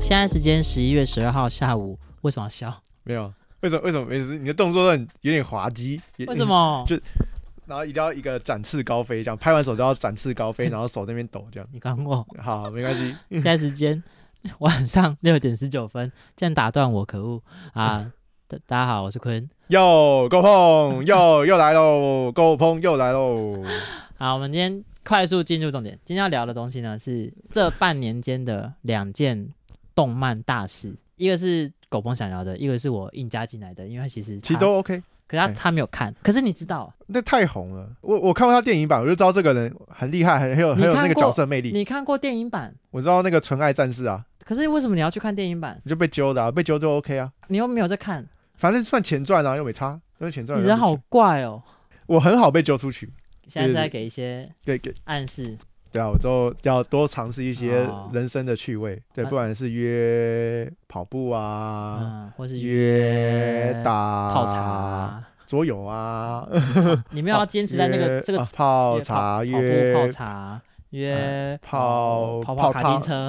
现在时间11月12号下午，为什么要笑？ 没有，为什么没事？你的动作都有点滑稽， 为什么？ 就然后一定要一个展翅高飞，这样拍完手都要展翅高飞，然后手那边抖这样。 你刚我好，没关系。 现在时间晚上6点19分，竟然打断我，可恶啊！大家好，我是坤。 又够碰又来喽，够碰又来喽。 好，我们今天快速进入重点。今天要聊的东西呢，是这半年间的2件动漫大事，一个是狗鹏想聊的，一个是我硬加进来的，因为其实都 OK。 可是他没有看，可是你知道那太红了，我看过他电影版，我就知道这个人很厉害，很有那个角色魅力。 你看过电影版？ 我知道那个纯爱战士啊。 可是为什么你要去看电影版？ 你就被揪的啊，被揪就 OK 啊。 你又没有在看， 反正算前传啊，又没差，都是前传。 你人好怪哦。 我很好被揪出去。 现在是在给一些暗示。 对啊，我之后要多尝试一些人生的趣味，对，不管是约跑步啊， 或是约打泡茶、 桌游啊。 你们要坚持在这个泡茶、 约泡茶、约跑卡丁车。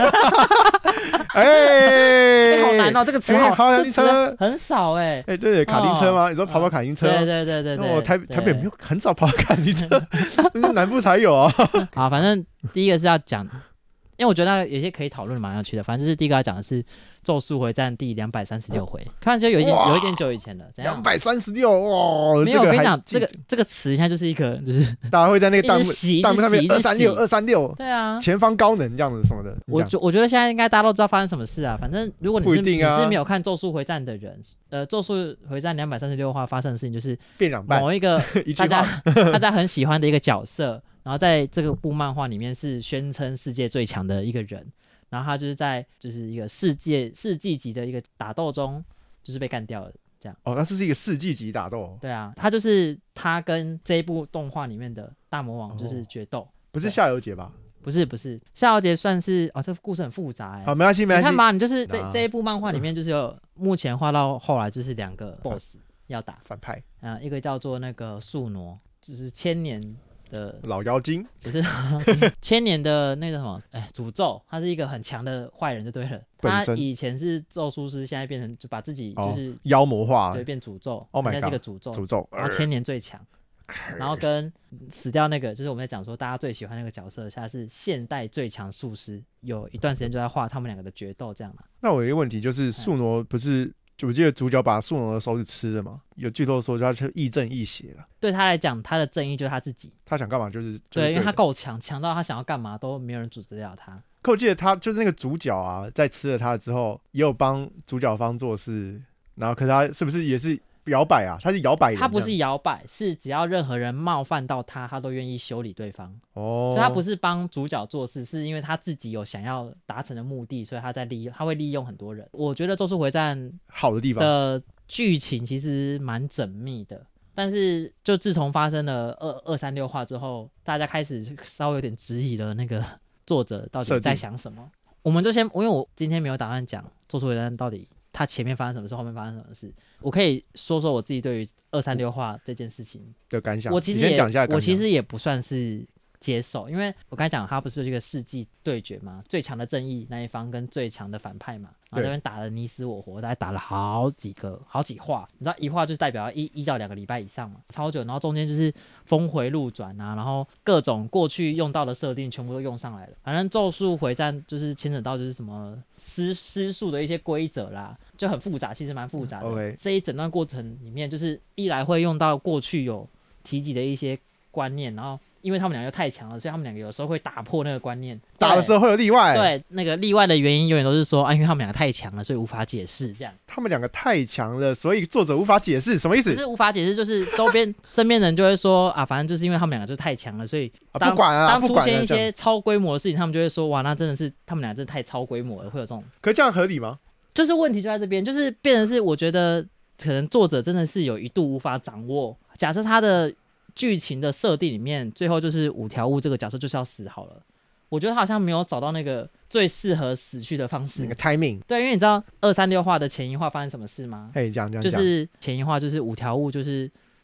哎， 好难哦，这个词跑卡丁车很少哎。 哎，对，卡丁车吗？你说跑卡丁车？ 对。 我台北没有，很少跑卡丁车，那是南部才有啊。 好，反正第一个是要讲，因为我觉得有些可以讨论蛮有趣的。反正就是第一个要讲的是《咒术回战》第236回，看就有一点久以前了。 236哇！ 没有，我跟你讲，这个词现在就是一个，就是大家会在那个弹幕上面236， 对啊， 前方高能这样子什么的。 我觉得现在应该大家都知道发生什么事啊。反正如果你是没有看《咒术回战》的人，《咒术回战》236话发生的事情就是变两半， 某一个大家很喜欢的一个角色，然后在这个部漫画里面是宣称世界最强的一个人。然后他就是在一个世纪级的一个打斗中，就是被干掉了，这样。 哦，那是一个世纪级打斗。 对啊，他跟这一部动画里面的大魔王就是决斗。 不是夏油杰吧？ 不是，夏油杰算是这故事很复杂哎。 好，没关系。你看吧，你就是这一部漫画里面就是有目前画到后来就是2个 BOSS 要打反派一个叫做那个宿傩，就是千年的老妖精， 不是千年的那个什么诅咒，他是一个很强的坏人就对了。他以前是咒术师，现在变成就把自己就是妖魔化， 对，变诅咒。 Oh my god， 现在是个诅咒，然后千年最强，然后跟死掉那个就是我们在讲说大家最喜欢那个角色，他是现代最强术师，有一段时间就在画他们2个的决斗这样嘛。 那我有一个问题就是宿傩不是我记得主角把宿傩的手指吃了嘛？有剧透说他是亦正亦邪了。 对他来讲，他的正义就是他自己， 他想干嘛就是对，因为他够强到他想要干嘛都没有人阻止得了他。 可我记得他就是那个主角啊，在吃了他之后，也有帮主角方做事，然后可是他是不是也是摇摆啊？他是摇摆人， 他不是摇摆，是只要任何人冒犯到他，他都愿意修理对方。所以他不是帮主角做事，是因为他自己有想要达成的目的，所以他会利用很多人。我觉得《咒术回战》 好的地方的剧情其实蛮缜密的，但是就自从发生了236话之后，大家开始稍微有点质疑了那个作者到底在想什么。我们就先，因为我今天没有打算讲《咒术回战》到底他前面发生什么事，后面发生什么事。我可以说说我自己对于236话这件事情的感想。 我其实也不算是接受，因为我刚才讲他不是有这个世纪对决嘛，最强的正义那一方跟最强的反派嘛，然后那边打了你死我活，大概打了好几话，你知道一话就是代表1到2个礼拜以上嘛，超久，然后中间就是峰回路转啊，然后各种过去用到的设定全部都用上来了。反正咒术回战就是牵扯到就是什么施术的一些规则啦，就很复杂，其实蛮复杂的。 Okay. 这一整段过程里面，就是一来会用到过去有提及的一些观念，然后因为他们2个太强了，所以他们2个有时候会打破那个观念， 打的时候会有例外。 对，那个例外的原因永远都是说因为他们2个太强了，所以无法解释这样。 他们2个太强了，所以作者无法解释，什么意思？ 就是无法解释，就是周边身边人就会说反正就是因为他们2个就太强了，所以不管啊， 当出现一些超规模的事情，他们就会说哇，那真的是他们2个真的太超规模了，会有这种。 可是这样合理吗？ 就是问题就在这边，就是变成是我觉得可能作者真的是有一度无法掌握。假设他的剧情的设定里面，最后就是五条悟这个角色就是要死好了，我觉得他好像没有找到那个最适合死去的方式， 那个 timing。 对，因为你知道236话的前一话发生什么事吗？ 讲， 就是前一话就是五条悟就是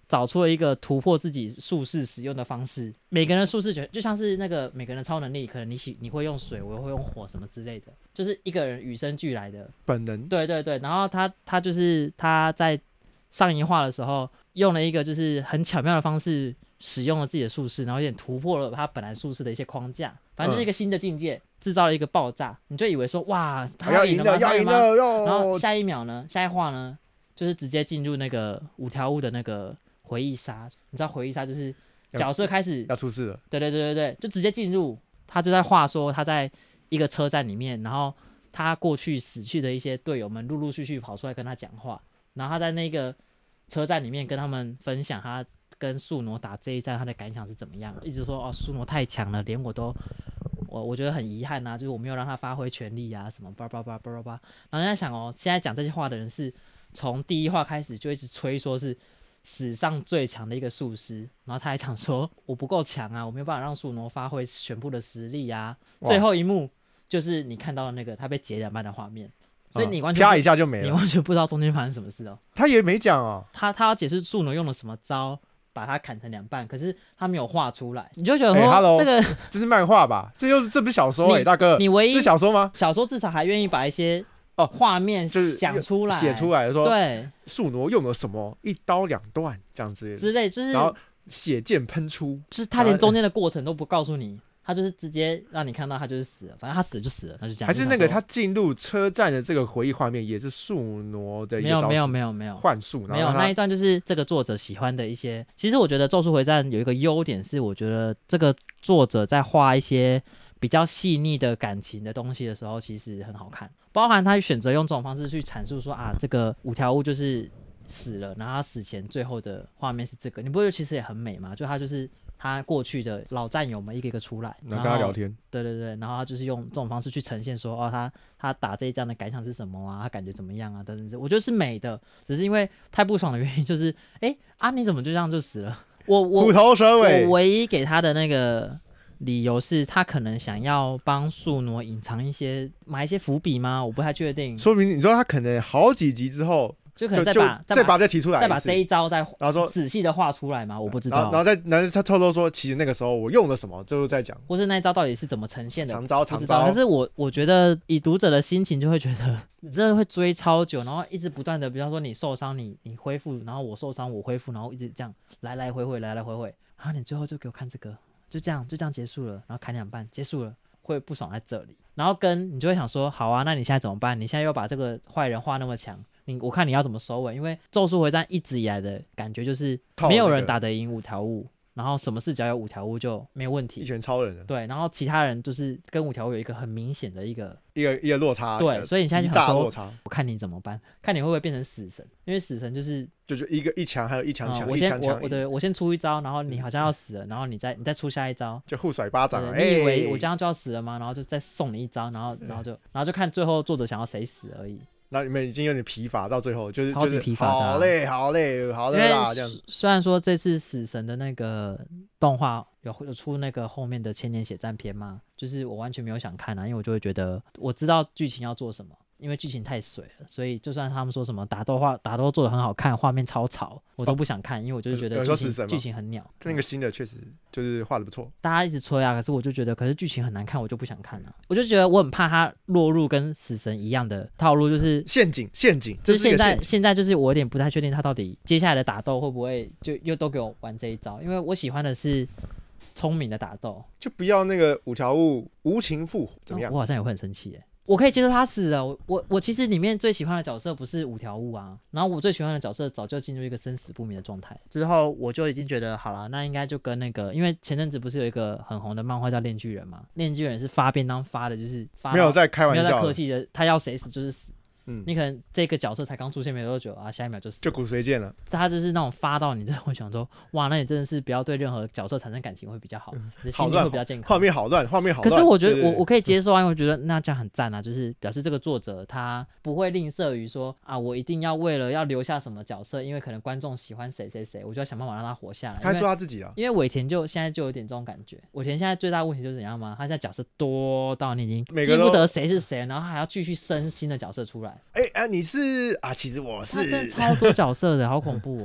找出了一个突破自己术士使用的方式。每个人的术士就像是那个每个人的超能力，可能你会用水，我会用火什么之类的，就是一个人与生俱来的本能。 对对对，然后他就是他在上一话的时候用了一个就是很巧妙的方式使用了自己的术士，然后有点突破了他本来术士的一些框架，反正就是一个新的境界，制造了一个爆炸，你就以为说哇他要赢了吗？ 要赢了， 然后下一秒呢，下一话呢，就是直接进入那个五条悟的那个回忆杀，你知道回忆杀就是角色开始要出事了， 对对对对对，就直接进入，他就在话说他在一个车站里面，然后他过去死去的一些队友们陆陆续续跑出来跟他讲话，然后他在那个车站里面跟他们分享他跟宿傩打这一战他的感想是怎么样，一直说哦宿傩太强了，连我觉得很遗憾啊，就是我没有让他发挥全力啊什么叭叭叭叭叭，然后在想哦，现在讲这些话的人是从第一话开始就一直吹说是史上最强的一个术师，然后他还讲说我不够强啊，我没有办法让宿傩发挥全部的实力啊。最后一幕就是你看到的那个他被截两半的画面，所以你完全啪一下就没了， 你完全不知道中间发生什么事哦。 他也没讲哦， 他要解释宿傩用了什么招把它砍成两半，可是他没有画出来，你就觉得说、这个这是漫画吧？这不是小说大哥， 你唯一是小说吗？ 小说至少还愿意把一些画面想出来， 写出来说， 对， 宿傩用了什么一刀两断这样之类， 就是然后血溅喷出， 就是他连中间的过程都不告诉你。他就是直接让你看到他就是死了，反正他死了就死了，那就这样。 还是那个他进入车站的这个回忆画面也是宿傩的一个招式？没有幻术， 没有那一段就是这个作者喜欢的一些。其实我觉得《咒术回战》有一个优点是，我觉得这个作者在画一些比较细腻的感情的东西的时候，其实很好看。包含他选择用这种方式去阐述说啊，这个五条悟就是死了，然后他死前最后的画面是这个，你不会觉得其实也很美吗？就他就是他过去的老战友们一个一个出来， 然后跟他聊天， 对对对，然后他就是用这种方式去呈现说，哦，他打这一仗的感想是什么啊，他感觉怎么样啊，等等，我觉得是美的，只是因为太不爽的原因就是，你怎么就这样就死了？ 虎头蛇尾。 我唯一给他的那个理由是他可能想要帮宿傩隐藏一些埋一些伏笔吗？我不太确定。 说明你说他可能好几集之后。 就可能再把这提出来， 再把这一招再然后说仔细的画出来吗？我不知道。 然后他偷偷说，其实那个时候我用了什么，最后再讲。 或是那一招到底是怎么呈现的？ 长招。 可是我觉得以读者的心情就会觉得，你真的会追超久，然后一直不断的，比方说你受伤，你恢复，然后我受伤我恢复，然后一直这样来来回回，然后你最后就给我看这个，就这样结束了，然后砍两半结束了，会不爽在这里。然后你就会想说，好啊，那你现在怎么办？你现在又把这个坏人画那么强。我看你要怎么收尾，因为《咒术回战》一直以来的感觉就是没有人打得赢五条悟，然后什么事只要有五条悟就没有问题， 一拳超人了。 对，然后其他人就是跟五条悟有一个很明显的一个落差。 对，所以你现在就想说，我看你怎么办，看你会不会变成死神，因为死神就是一强还有一强强， 我先出一招，然后你好像要死了，然后你再出下一招， 就互甩巴掌。 你以为我这样就要死了吗？然后就再送你一招，然后就看最后作者想要谁死而已。 那你们已经有点疲乏，到最后就是超级疲乏的， 好累啦，这样子。 虽然说这次死神的那个动画有出那个后面的千年血战篇嘛，就是我完全没有想看啊，因为我就会觉得我知道剧情要做什么，因为剧情太水了，所以就算他们说什么打斗做得很好看，画面超潮，我都不想看，因为我就是觉得剧情很鸟。 那个新的确实就是画得不错， 大家一直吹啊，可是我就觉得，可是剧情很难看，我就不想看了。我就觉得我很怕他落入跟死神一样的套路，就是陷阱， 就是现在就是我有点不太确定他到底接下来的打斗会不会就又都给我玩这一招，因为我喜欢的是聪明的打斗， 就不要那个五条悟无情复活，怎么样？ 我好像也会很生气耶。我可以接受他死了，我其实里面最喜欢的角色不是五条悟啊，然后我最喜欢的角色早就进入一个生死不明的状态，之后我就已经觉得好了，那应该就跟那个，因为前阵子不是有一个很红的漫画叫《链锯人》嘛，《链锯人》是发便当发的，就是发没有在开玩笑， 没有在客气的，他要谁死就是死。你可能这个角色才刚出现没多久啊，下一秒就死了， 就骨髓剑了。 他就是那种发到你真的会想说，哇，那你真的是不要对任何角色产生感情会比较好，你的心情会比较健康。 画面好乱。 可是我觉得我可以接受啊，因为我觉得那这样很赞啊，就是表示这个作者他不会吝啬于说啊，我一定要为了要留下什么角色，因为可能观众喜欢谁，我就要想办法让他活下来。 他做他自己啊。因为尾田现在就有点这种感觉。尾田现在最大的问题就是怎样吗？他现在角色多到你已经记不得谁是谁，然后还要继续生新的角色出来。 你是啊，其实我是， 他真的超多角色的，好恐怖哦。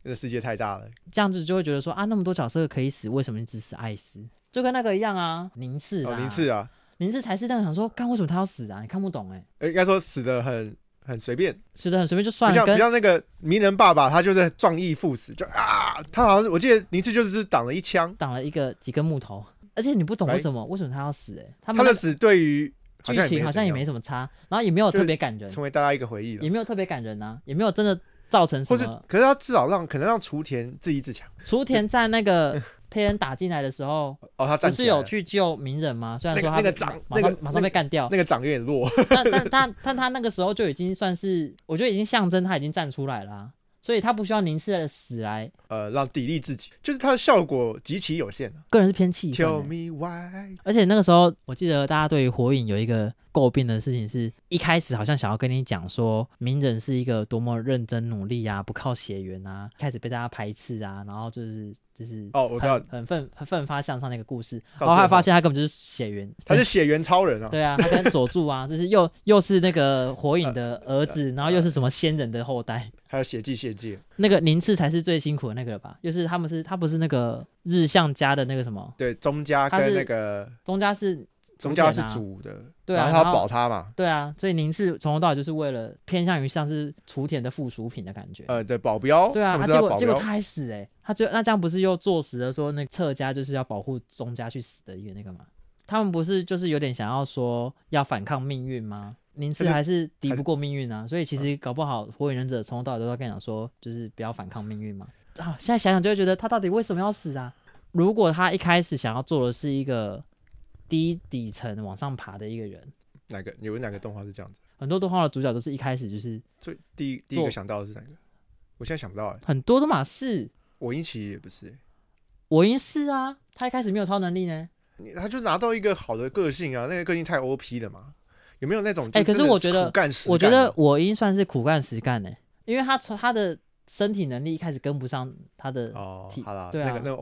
这个世界太大了， 这样子就会觉得说啊，那么多角色可以死，为什么你只死艾斯？就跟那个一样啊，宁次啊， 宁次啊， 宁次才是那个想说，干为什么他要死啊？你看不懂应该说死的很随便， 死的很随便就算了， 不像那个鸣人爸爸，他就是壮义赴死，就啊，他好像我记得宁次就是挡了一枪， 挡了几根木头，而且你不懂为什么他要死他的死对于剧情好像也没什么差，然后也没有特别感人， 成为大家一个回忆了， 也没有特别感人啊，也没有真的造成什么， 可是他至少可能让雏田自立自强。 雏田在那个佩恩打进来的时候， 他站起来了， 不是有去救鸣人吗？虽然说他那个掌马上被干掉， 那个掌有点弱， 但他那个时候就已经算是，我觉得已经象征他已经站出来了啊，所以他不需要宁次的死来让砥砺自己，就是他的效果极其有限个人是偏气愤 Tell me why， 而且那个时候我记得大家对于火影有一个诟病的事情是，一开始好像想要跟你讲说鸣人是一个多么认真努力啊，不靠血缘啊，开始被大家排斥啊，然后就是我知道很奋发向上那个故事，然后他发现他根本就是血缘， 他是血缘超人啊， 对啊，他跟佐助啊，就是又是那个火影的儿子，然后又是什么仙人的后代， 还有血祭献祭， 那个宁次才是最辛苦的那个吧，就是他不是那个日向家的那个什么， 对，宗家跟那个宗家是主的， 对啊， 然后他要保他嘛， 对啊，所以宁次从头到尾就是为了偏向于像是雏田的附属品的感觉， 对，保镖， 对啊，结果他还死那这样不是又坐实了说那个侧家就是要保护宗家去死的一个那个吗？他们不是就是有点想要说要反抗命运吗？宁次还是敌不过命运啊，所以其实搞不好火影忍者从头到尾都在跟你讲说，就是不要反抗命运嘛。现在想想就会觉得他到底为什么要死啊？如果他一开始想要做的是一个底层往上爬的一个人， 有哪个动画是这样子？ 很多动画的主角都是一开始就是， 所以第一个想到的是哪个？我现在想不到很多都嘛是， 我英奇也不是我英是啊，他一开始没有超能力呢， 他就拿到一个好的个性啊，那个个性太 OP 了嘛，有没有那种可是我觉得我觉得我英算是苦干实干因为他的身体能力一开始跟不上他的体， 好啦， 对啊， 那个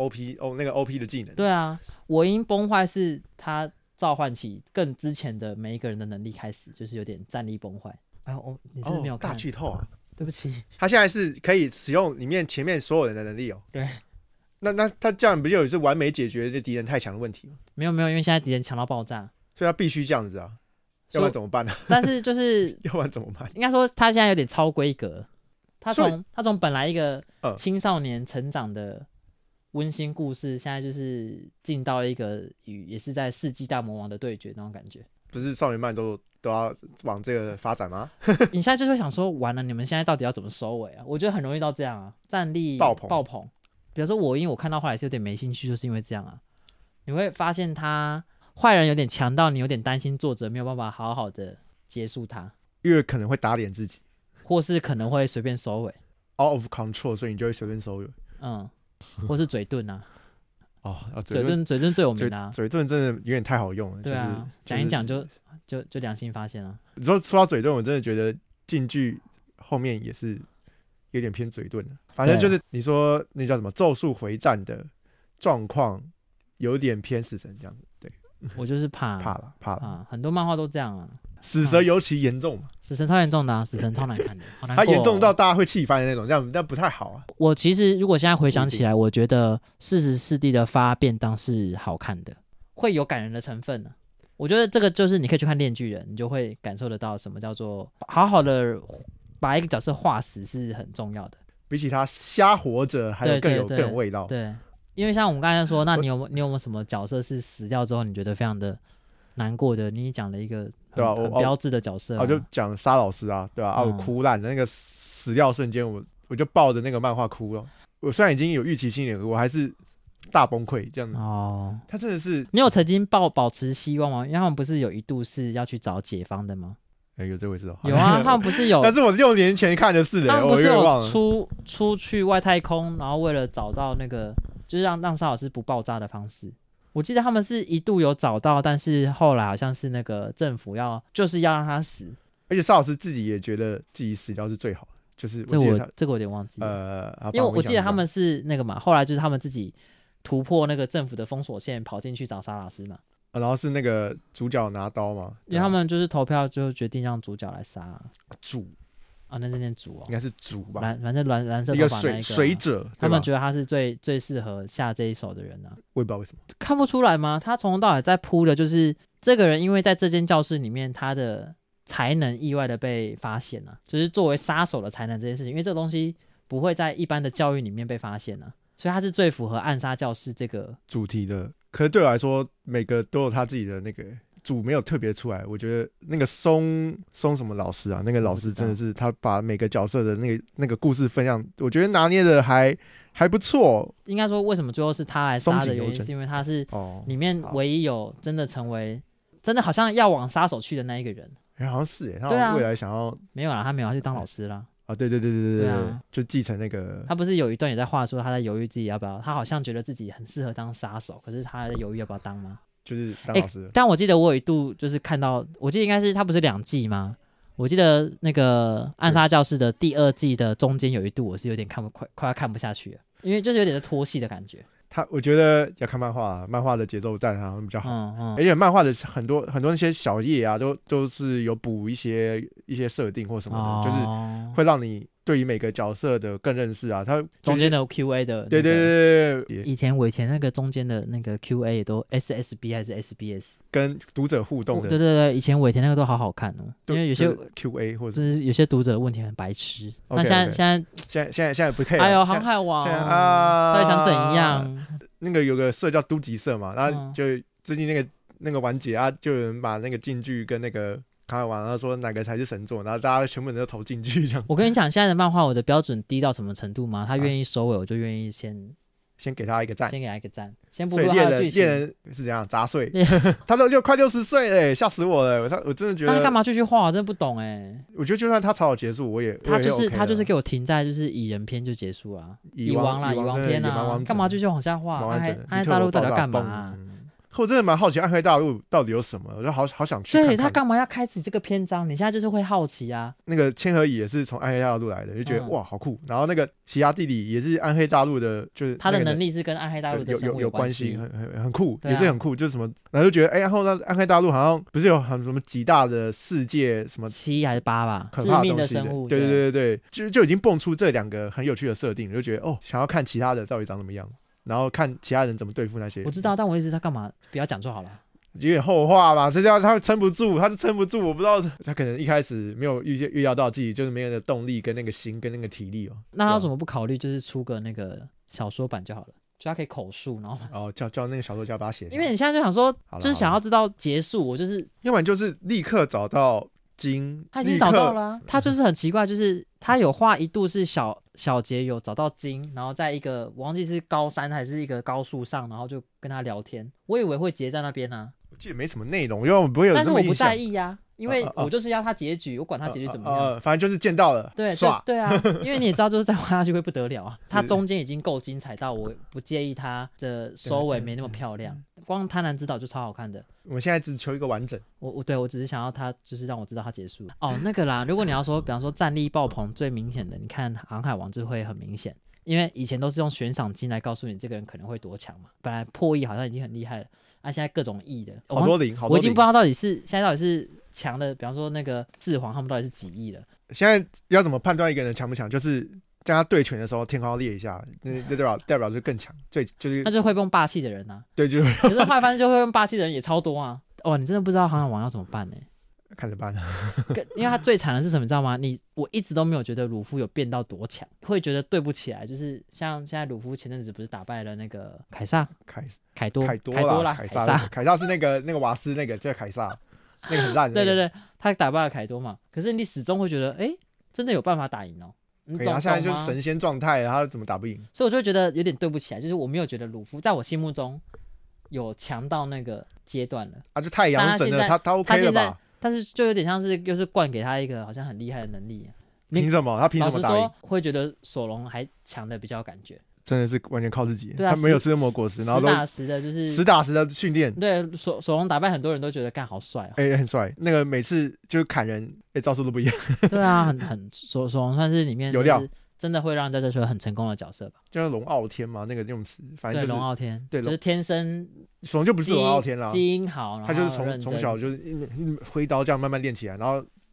OP 的技能， 对啊，我英崩坏是他召唤起更之前的每一个人的能力开始，就是有点战力崩坏。你是没有看大剧透啊？ 对不起， 他现在是可以使用里面前面所有人的能力对， 那他这样不就也是完美解决这敌人太强的问题吗？ 没有，因为现在敌人强到爆炸， 所以他必须这样子啊，要不然怎么办呢？ 但是就是要不然怎么办？ 应该说他现在有点超规格，他从本来一个青少年成长的温馨故事，现在就是进到一个也是在世纪大魔王的对决那种感觉。 不是少年漫都要往这个发展吗？ 你现在就会想说，完了，你们现在到底要怎么收尾啊？我觉得很容易到这样啊，战力爆棚。比如说我看到后来是有点没兴趣，就是因为这样啊。你会发现他坏人有点强到你有点担心作者没有办法好好的结束他， 因为可能会打脸自己， 或是可能会随便收尾 ，out of control， 所以你就会随便收尾。 或是嘴遁啊。嘴遁最有名啊， 嘴遁真的有点太好用了。 对啊，讲一讲就良心发现了。 你说到嘴遁，我真的觉得进剧后面也是有点偏嘴遁的。反正就是你说那叫什么《咒术回战》的状况，有点偏死神这样子。对， 我就是怕了，很多漫画都这样啊。 死神尤其严重嘛， 死神超严重的啊，死神超难看的，好难过它严重到大家会气翻的那种，这样不太好啊。 我其实如果现在回想起来，我觉得44弟的发便当是好看的，会有感人的成分呢。我觉得这个就是你可以去看《链锯人》，你就会感受得到什么叫做好好的把一个角色画死是很重要的， 比起他瞎活着还有更有味道。 对，因为像我们刚才说，那你有没有什么角色是死掉之后你觉得非常的难过的？你讲了一个很标志的角色我就讲沙老师啊，对吧？我哭烂的那个死掉瞬间，我就抱着那个漫画哭了。我虽然已经有预期心理，我还是大崩溃这样子。他真的是， 你有曾经保持希望吗？因为他们不是有一度是要去找解方的吗？ 有这回事有啊，他们不是有？ 但是我6年前看的是他们不是有出去外太空，然后为了找到那个，就是让沙老师不爆炸的方式。我记得他们是一度有找到，但是后来好像是那个政府就是要让他死， 而且沙老师自己也觉得自己死掉是最好的，就是这个我有点忘记了，因为我记得他们是那个嘛，后来就是他们自己突破那个政府的封锁线，跑进去找沙老师嘛， 然后是那个主角拿刀嘛， 因为他们就是投票就决定让主角来杀啊，那是念主哦， 应该是主吧， 反正蓝色一个头发那水者， 他们觉得他是最适合下这一手的人啊。 我也不知道为什么， 看不出来吗？他从头到尾在铺的就是这个人，因为在这间教室里面，他的才能意外的被发现啊，就是作为杀手的才能这件事情，因为这个东西不会在一般的教育里面被发现啊，所以他是最符合暗杀教室这个主题的。可是对我来说，每个都有他自己的那个主没有特别出来。我觉得那个松什么老师啊，那个老师真的是他把每个角色的那个故事分量，我觉得拿捏的还不错。 应该说，为什么最后是他来杀的原因，是因为他是里面唯一有真的成为真的好像要往杀手去的那一个人。 好像是他好像未来想要、 没有啦，他没有要去当老师啦。 啊，对啊，就继承那个。 他不是有一段也在话说他在犹豫自己要不要，他好像觉得自己很适合当杀手，可是他在犹豫要不要当吗？ 就是当老师。 但我记得我有一度就是看到，我记得应该是他不是2季吗？我记得那个暗杀教室的第2季的中间有一度，我是有点快要看不下去了，因为就是有点拖戏的感觉。 我觉得要看漫画，漫画的节奏带好像比较好，而且漫画的很多那些小页啊，都是有补一些设定或什么的，就是会让你对于每个角色的更认识啊。它中间的 QA 的、 对， 以前那个中间的那个 QA 也都 SSB 还是 SBS 跟读者互动的， 对，以前尾田那个都好好看哦，因为有些 QA 或者就是有些读者的问题很白痴。那现在不可以。 哎呦，航海王到底想怎样？ 那个有个社叫都吉社嘛，然后就最近那个完结啊，就有人把那个进剧跟那个航海王，然后说哪个才是神作，然后大家全部人都投进剧这样。 我跟你讲，现在的漫画我的标准低到什么程度吗？他愿意收尾，我就愿意先给他一个赞， 先不录他的剧情。 猎人是怎样杂碎？他都快60岁了，吓死我了！我真的觉得， 那他干嘛继续画？我真的不懂哎。 我觉得就算他草草结束， 他就是给我停在就是蚁人篇就结束了，蚁王篇啊，干嘛继续往下画？暗黑大陆到底要干嘛？ 我真的蛮好奇暗黑大陆到底有什么，我就好想去看看。 所以他干嘛要开启这个篇章？你现在就是会好奇啊。 那个千和乙也是从暗黑大陆来的，就觉得哇好酷。然后那个奇亚弟弟也是暗黑大陆的，就是他的能力是跟暗黑大陆的生物有关系， 很酷，也是很酷。就是什么，然后就觉得然后那暗黑大陆好像不是有很什么极大的世界什么 7还是8吧， 可怕的东西的生物。 对，就已经蹦出这2个很有趣的设定，就觉得想要看其他的到底长什么样。然后看其他人怎么对付那些。 我知道，但我意思是他干嘛不要讲就好了。 有点后话吧，这叫他撑不住，他是撑不住。我不知道他可能一开始没有预料到自己就是没有那个动力跟那个心跟那个体力那他为什么不考虑就是出个那个小说版就好了？就他可以口述，然后叫那个小说家把它写下来。 因为你现在就想说，就是想要知道结束，我就是要不然就是立刻找到金， 他已经找到了他就是很奇怪，就是他有画一度是小杰有找到金，然后在一个我忘记是高山还是一个高树上，然后就跟他聊天。我以为会结在那边啊， 我记得没什么内容，因为我不会有那么印象。 但是我不在意啊，因为我就是要他结局，我管他结局怎么样， 反正就是见到了， 对啊，因为你也知道，就是再画下去会不得了啊。他中间已经够精彩到我不介意他的收尾没那么漂亮，光贪婪之岛就超好看的。 我现在只求一个完整。 我只是想要他，就是让我知道他结束了。那个啦，如果你要说，比方说战力爆棚最明显的，你看《航海王》就会很明显，因为以前都是用悬赏金来告诉你这个人可能会多强嘛。本来破亿好像已经很厉害了，现在各种亿的， 好多零， 我已经不知道现在到底是强的，比方说那个四皇他们到底是几亿了。 现在要怎么判断一个人强不强？就是跟他对拳的时候，天空要裂一下，那代表就更强，就是他就是会用霸气的人啊。 对，就是。 可是后来发现就会用霸气的人也超多啊。你真的不知道航海王要怎么办呢？ 看着办。 因为他最惨的是什么，你知道吗？我一直都没有觉得鲁夫有变到多强，会觉得对不起来。就是像现在鲁夫前阵子不是打败了那个凯撒、凯多啦，凯撒是那个瓦斯那个叫凯撒，那个很烂的。 对，他打败了凯多嘛。可是你始终会觉得，真的有办法打赢哦。你懂吗？ 他现在就是神仙状态，他怎么打不赢？ 所以我就会觉得有点对不起来，就是我没有觉得鲁夫在我心目中有强到那个阶段了啊，就太阳神了，他 OK 了吧？ 但是就有点像是又是灌给他一个好像很厉害的能力。 凭什么？他凭什么打赢？ 老实说，会觉得索隆还强的比较有感觉。 真的是完全靠自己， 对啊， 他没有吃恶魔果实，然后都实打实的训练。 对，索隆打败很多人都觉得干好帅很帅。那个每次就是砍人，招数都不一样。 对啊，索隆算是里面有料。 真的会让大家觉得很成功的角色吧， 就像龙傲天嘛，那个用词，反正就是龙傲天， 对， 就是天生索隆就不是龙傲天啦， 基因好， 他就是从小就是挥刀这样慢慢练起来，然后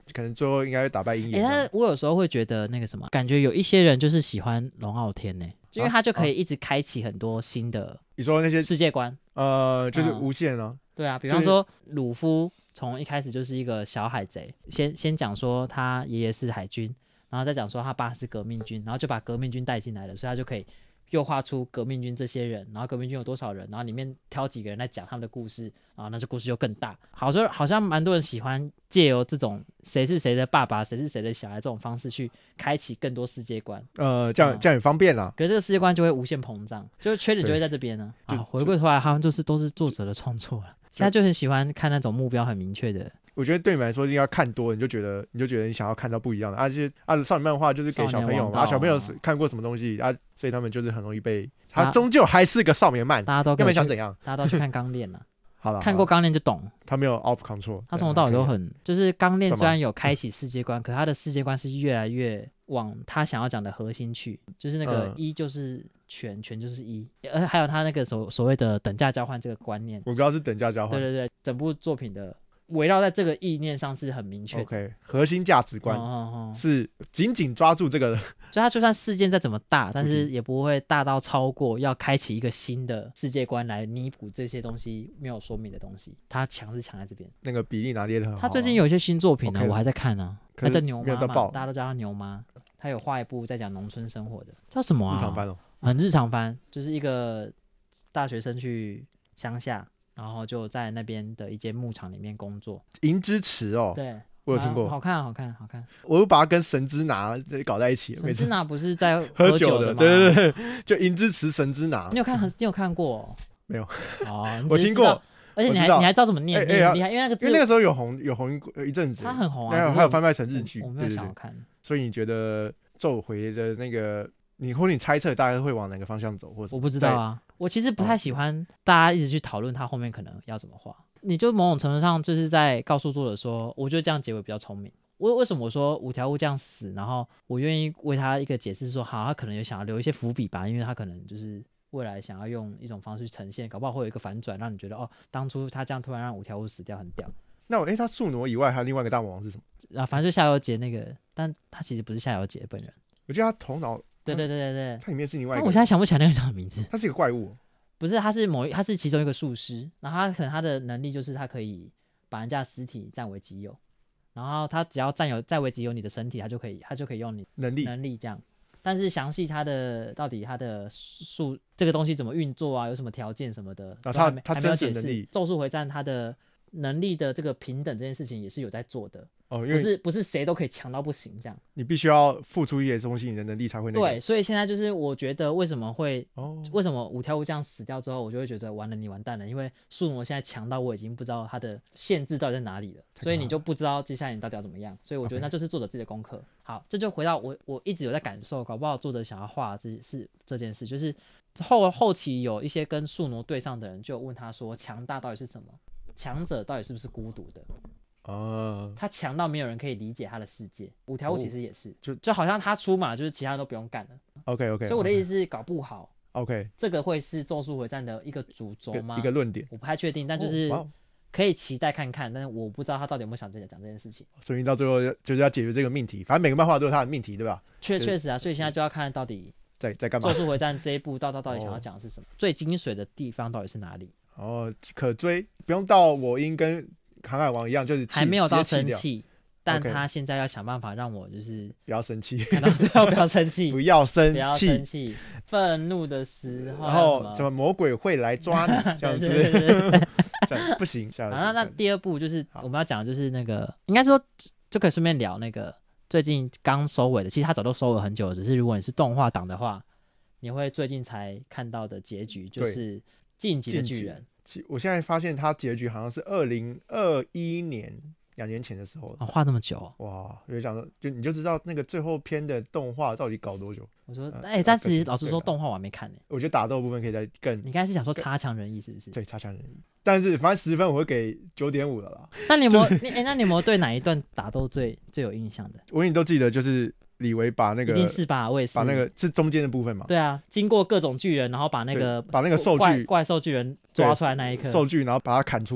可能最后应该会打败鹰眼。 但是我有时候会觉得那个什么，感觉有一些人就是喜欢龙傲天呢，因为他就可以一直开启很多新的， 你说那些世界观， 就是无限啊。 对啊，比方说鲁夫从一开始就是一个小海贼，先讲说他爷爷是海军，然后再讲说他爸是革命军，然后就把革命军带进来了，所以他就可以又画出革命军这些人，然后革命军有多少人，然后里面挑几个人来讲他们的故事，然后那这故事就更大。好像蛮多人喜欢借由这种谁是谁的爸爸，谁是谁的小孩这种方式去开启更多世界观。这样很方便啦。可是这个世界观就会无限膨胀，就是缺点就会在这边呢。回归回来，他们都是作者的创作了。现在就很喜欢看那种目标很明确的。我觉得对你们来说，应该看多，你就觉得你想要看到不一样的。少女漫画就是给小朋友嘛，小朋友看过什么东西所以他们就是很容易被。他终究还是个少年漫，大家都要想怎样？大家都去看钢炼啊。好了，看过钢炼就懂，他没有 off control， 他从头到尾都很，就是钢炼虽然有开启世界观，可他的世界观是越来越往他想要讲的核心去，就是那个一就是全就是一，还有他那个所谓的等价交换这个观念，我知道是等价交换，对，整部作品的围绕在这个意念上是很明确的。OK， 核心价值观是紧紧抓住这个，所以它就算事件再怎么大，但是也不会大到超过要开启一个新的世界观来弥补这些东西没有说明的东西。它强是强在这边，那个比例拿捏的很好。他最近有一些新作品呢，我还在看呢，他叫牛妈嘛，大家都叫他牛妈。他有画一部在讲农村生活的，叫什么啊？日常番哦，很日常番，就是一个大学生去乡下。然后就在那边的一间牧场里面工作。银之匙哦，对，我有听过，好看。我又把它跟神之拿搞在一起了。神之拿不是在喝酒的吗？对，就银之匙神之拿。你有看过？没有。哦，我听过，而且你还知道怎么念，你很厉害，因为那个时候有红一阵子，它很红啊，还有翻拍成日剧。我没有想要看。所以你觉得咒回的那个，或者你猜测大概会往哪个方向走，或者我不知道啊。我其实不太喜欢大家一直去讨论他后面可能要怎么画，你就某种程度上就是在告诉作者说，我觉得这样结尾比较聪明。为什么我说五条悟这样死，然后我愿意为他一个解释说，好，他可能有想要留一些伏笔吧，因为他可能就是未来想要用一种方式去呈现，搞不好会有一个反转，让你觉得当初他这样突然让五条悟死掉很屌。那他宿傩以外还有另外一个大魔王是什么？反正就夏油杰那个，但他其实不是夏油杰本人，我觉得他头脑。对，它里面是另外一个，但我现在想不起来那个叫什么名字。他是一个怪物，不是，他是其中一个术师，然后他可能他的能力就是他可以把人家的尸体占为己有，然后他只要占为己有你的身体，他就可以用你能力这样。但是详细到底他的这个东西怎么运作啊，有什么条件什么的，他没有解释。咒术回战他的能力的这个平等这件事情也是有在做的。不是谁都可以强到不行这样，你必须要付出一些东西，你的能力才会对，所以现在就是我觉得为什么五条悟这样死掉之后，我就会觉得完了，你完蛋了，因为宿傩现在强到我已经不知道他的限制到底在哪里了，所以你就不知道接下来你到底要怎么样，所以我觉得那就是作者自己的功课。好，这就回到我一直有在感受，搞不好作者想要画这件事，就是后期有一些跟宿傩对上的人就有问他说，强大到底是什么？强者到底是不是孤独的？他强到没有人可以理解他的世界。五条悟其实也是，就好像他出马，就是其他人都不用干了。OK， 所以我的意思是，搞不好这个会是咒术回战的一个主轴吗？一个论点，我不太确定，但就是可以期待看看。但是我不知道他到底有没有想讲这件事情。所以到最后就是要解决这个命题，反正每个漫画都有他的命题，对吧？确实啊，所以现在就要看到底在干嘛。咒术回战这一部到底想要讲的是什么？最精髓的地方到底是哪里？可追，不用到我应跟航海王一样，就是还没有到生气，但他现在要想办法让我就是不要生气，看到最后不要生气，不要生气，愤怒的时候，然后什么魔鬼会来抓你这样子，不行。那第二部就是我们要讲的就是那个，应该说就可以顺便聊那个最近刚收尾的，其实他早就收了很久了，只是如果你是动画党的话，你会最近才看到的结局就是晋级的巨人。我现在发现他结局好像是2021年2年前的时候画那么久哇！我就想说，你就知道那个最后篇的动画到底搞多久。我说但其实老实说，动画我还没看呢。我觉得打斗部分可以再更。你刚才是想说差强人意是不是？对，差强人意。但是反正10分我会给9.5了啦。那你有没有那你有没有对哪一段打斗最有印象的？我你都记得就是。李维把那个一定是吧，我也是把那个是中间的部分嘛？对啊，经过各种巨人，然后把那个兽巨怪兽巨人抓出来那一刻，兽巨然后把它砍出来，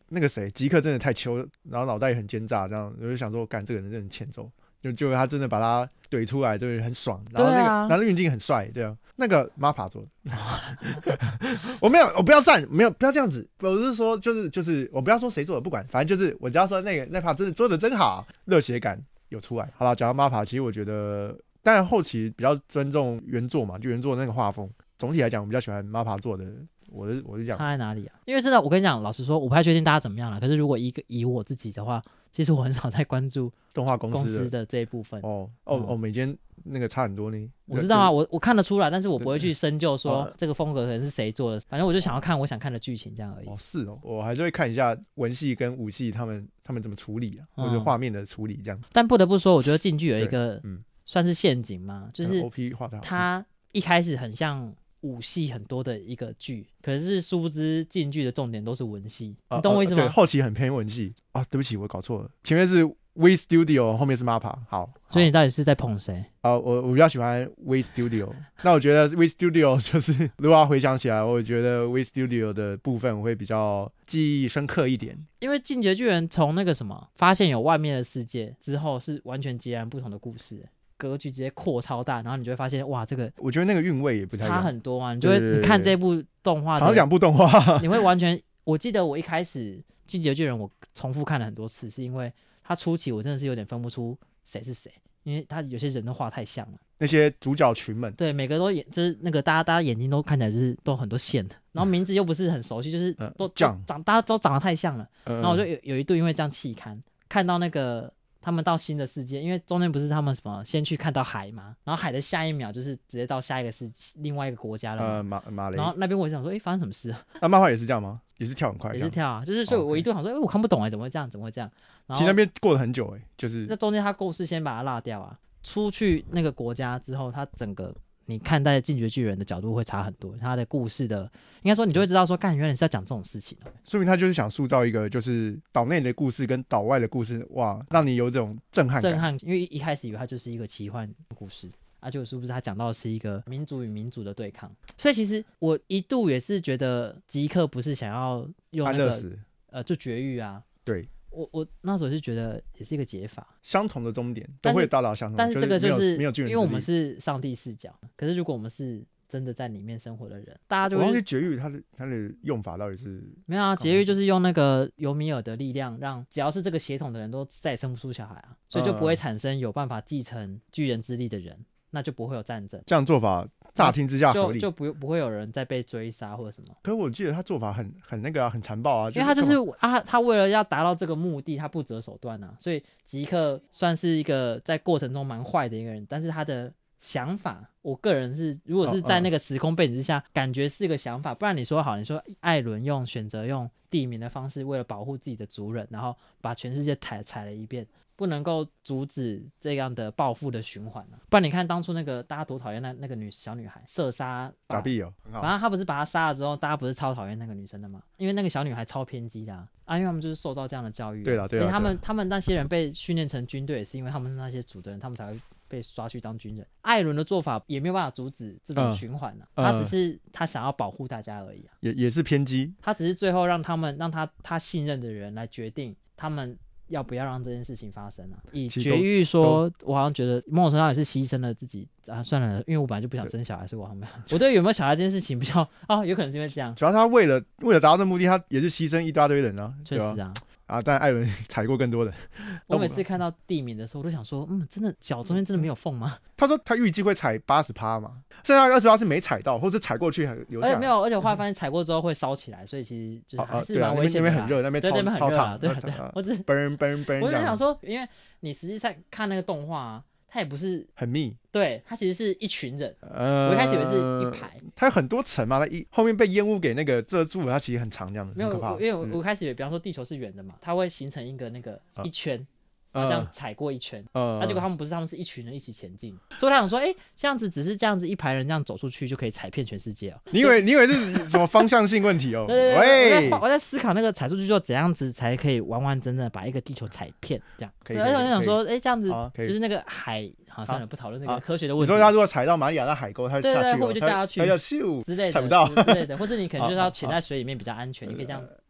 那个谁吉克真的太秋，然后脑袋也很奸诈，这样我就想说，干这个人真的很欠揍。就他真的把他怼出来，就是很爽。然后然后运镜很帅，对啊，那个 MAPPA 做的。我不要站，不要这样子。我是说，就是我不要说谁做的，不管，反正就是我只要说那 MAPPA 真的做的真好，热血感有出来。好了，讲到 MAPPA， 其实我觉得，当然后期比较尊重原作嘛，就原作那个画风。总体来讲，我比较喜欢 MAPPA 做的。我是讲差在哪里啊？因为真的，我跟你讲，老实说，我不太确定大家怎么样了。可是如果以我自己的话，其实我很少在关注动画公司的这一部分。 每间那个差很多呢。 我知道啊，我看得出来，但是我不会去深究说这个风格可能是谁做的。反正我就想要看我想看的剧情这样而已。 是哦，我还是会看一下文戏跟武戏他们怎么处理啊，或者画面的处理这样。 但不得不说，我觉得近剧有一个算是陷阱嘛，就是 OP 画的好， 它一开始很像武戏很多的一个剧，可是殊不知近剧的重点都是文戏，你懂我意思吗？ 对，后期很偏文戏啊，对不起，我搞错了，前面是 We Studio， 后面是 MAPPA。好， 所以你到底是在捧谁？ 我比较喜欢 We Studio。那我觉得 We Studio 就是如果要回想起来，我觉得 We Studio 的部分我会比较记忆深刻一点。 因为进击的巨人从那个什么发现有外面的世界之后，是完全截然不同的故事。格局直接扩超大，然后你就会发现哇，这个我觉得那个韵味也不太一样， 差很多啊。你就会你看这部动画， 好像2部动画， 你会完全。我记得我一开始《进击的巨人》我重复看了很多次，是因为他初期我真的是有点分不出谁是谁，因为他有些人都画太像了。 那些主角群们， 对，每个都就是那个大家眼睛都看起来就是都很多线的，然后名字又不是很熟悉，就是大家都长得太像了。然后我就有一度因为这样弃看到那个。他们到新的世界，因为中间不是他们什么先去看到海嘛，然后海的下一秒就是直接到下一个是另外一个国家了嘛。马雷。然后那边我就想说，发生什么事啊？ 那漫画也是这样吗？也是跳很快？ 也是跳啊，就是所以我一度想说，我看不懂怎么会这样？然后其实那边过了很久就是那中间他故事先把它落掉啊，出去那个国家之后，他整个。你看待进击的巨人的角度会差很多，他的故事的应该说你就会知道说，干原来是在讲这种事情， 说明他就是想塑造一个就是岛内的故事跟岛外的故事，哇，让你有这种震撼感。 因为一开始以为它就是一个奇幻故事，就是不是他讲到的是一个民族与民族的对抗，所以其实我一度也是觉得吉克不是想要用那个就绝育啊， 对。 我那时候是觉得也是一个解法， 相同的终点都会达到相同， 但是这个就是没有巨人， 因为我们是上帝视角，可是如果我们是真的在里面生活的人，大家就会。 我忘记绝育它的用法到底是没有啊，绝育就是用那个尤米尔的力量，让只要是这个血统的人都再也生不出小孩啊，所以就不会产生有办法继承巨人之力的人，那就不会有战争。 这样做法乍听之下合理， 就不会有人再被追杀或者什么。 可是我记得他做法很那个啊，很残暴啊， 因为他就是他为了要达到这个目的，他不择手段啊。所以吉克算是一个在过程中蛮坏的一个人，但是他的想法，我个人是如果是在那个时空背景之下，感觉是一个想法。不然你说好，你说艾伦选择用地名的方式，为了保护自己的族人，然后把全世界踩了一遍。不能够阻止这样的报复的循环啊！不然你看当初那个大家多讨厌那个小女孩射杀假币哦，很好。 反正他不是把她杀了之后，大家不是超讨厌那个女生的吗？因为那个小女孩超偏激的因为他们就是受到这样的教育。 对了， 他们那些人被训练成军队，也是因为他们是那些族的人，他们才会被抓去当军人。艾伦的做法也没有办法阻止这种循环他只是他想要保护大家而已也是偏激。 他只是最后让他信任的人来决定他们。要不要让这件事情发生以绝育说，我好像觉得某种程度上也是牺牲了自己算了，因为我本来就不想生小孩，所以我对有没有小孩这件事情比较有可能是因为这样。 主要他为了达到这目的，他也是牺牲一大堆人啊。 确实但艾伦踩过更多人。 我每次看到地名的时候，我都想说，真的脚中间真的没有缝吗？ 他说他预计会踩80%嘛，剩下20%是没踩到，或是踩过去还留下来。 没有，而且我后来发现踩过之后会烧起来，所以其实就是还是蛮危险的。 那边很热，那边超烫。 对，我只 burn。 我就想说，因为你实际上看那个动画它也不是很密， 对，它其实是一群人。我一开始以为是一排， 它有很多层嘛，它后面被烟雾给那个遮住了，它其实很长这样子。 没有，因为我一开始以为，比方说地球是圆的嘛，它会形成一个那个一圈。这样踩过一圈，结果他们是一群人一起前进，所以他想说，这样子只是这样子一排人这样走出去就可以踩遍全世界哦。 你以为是什么方向性问题哦？ 对，我在思考那个踩出去之后怎样子才可以完完整整把一个地球踩遍，这样。而且我想说，这样子就是那个海，好算了，不讨论那个科学的问题。 你说他如果踩到马里亚纳海沟，他就下去， 会不会就掉下去？ 他就咻之类的， 踩不到之类的，或者你可能就是要潜在水里面比较安全，你可以这样。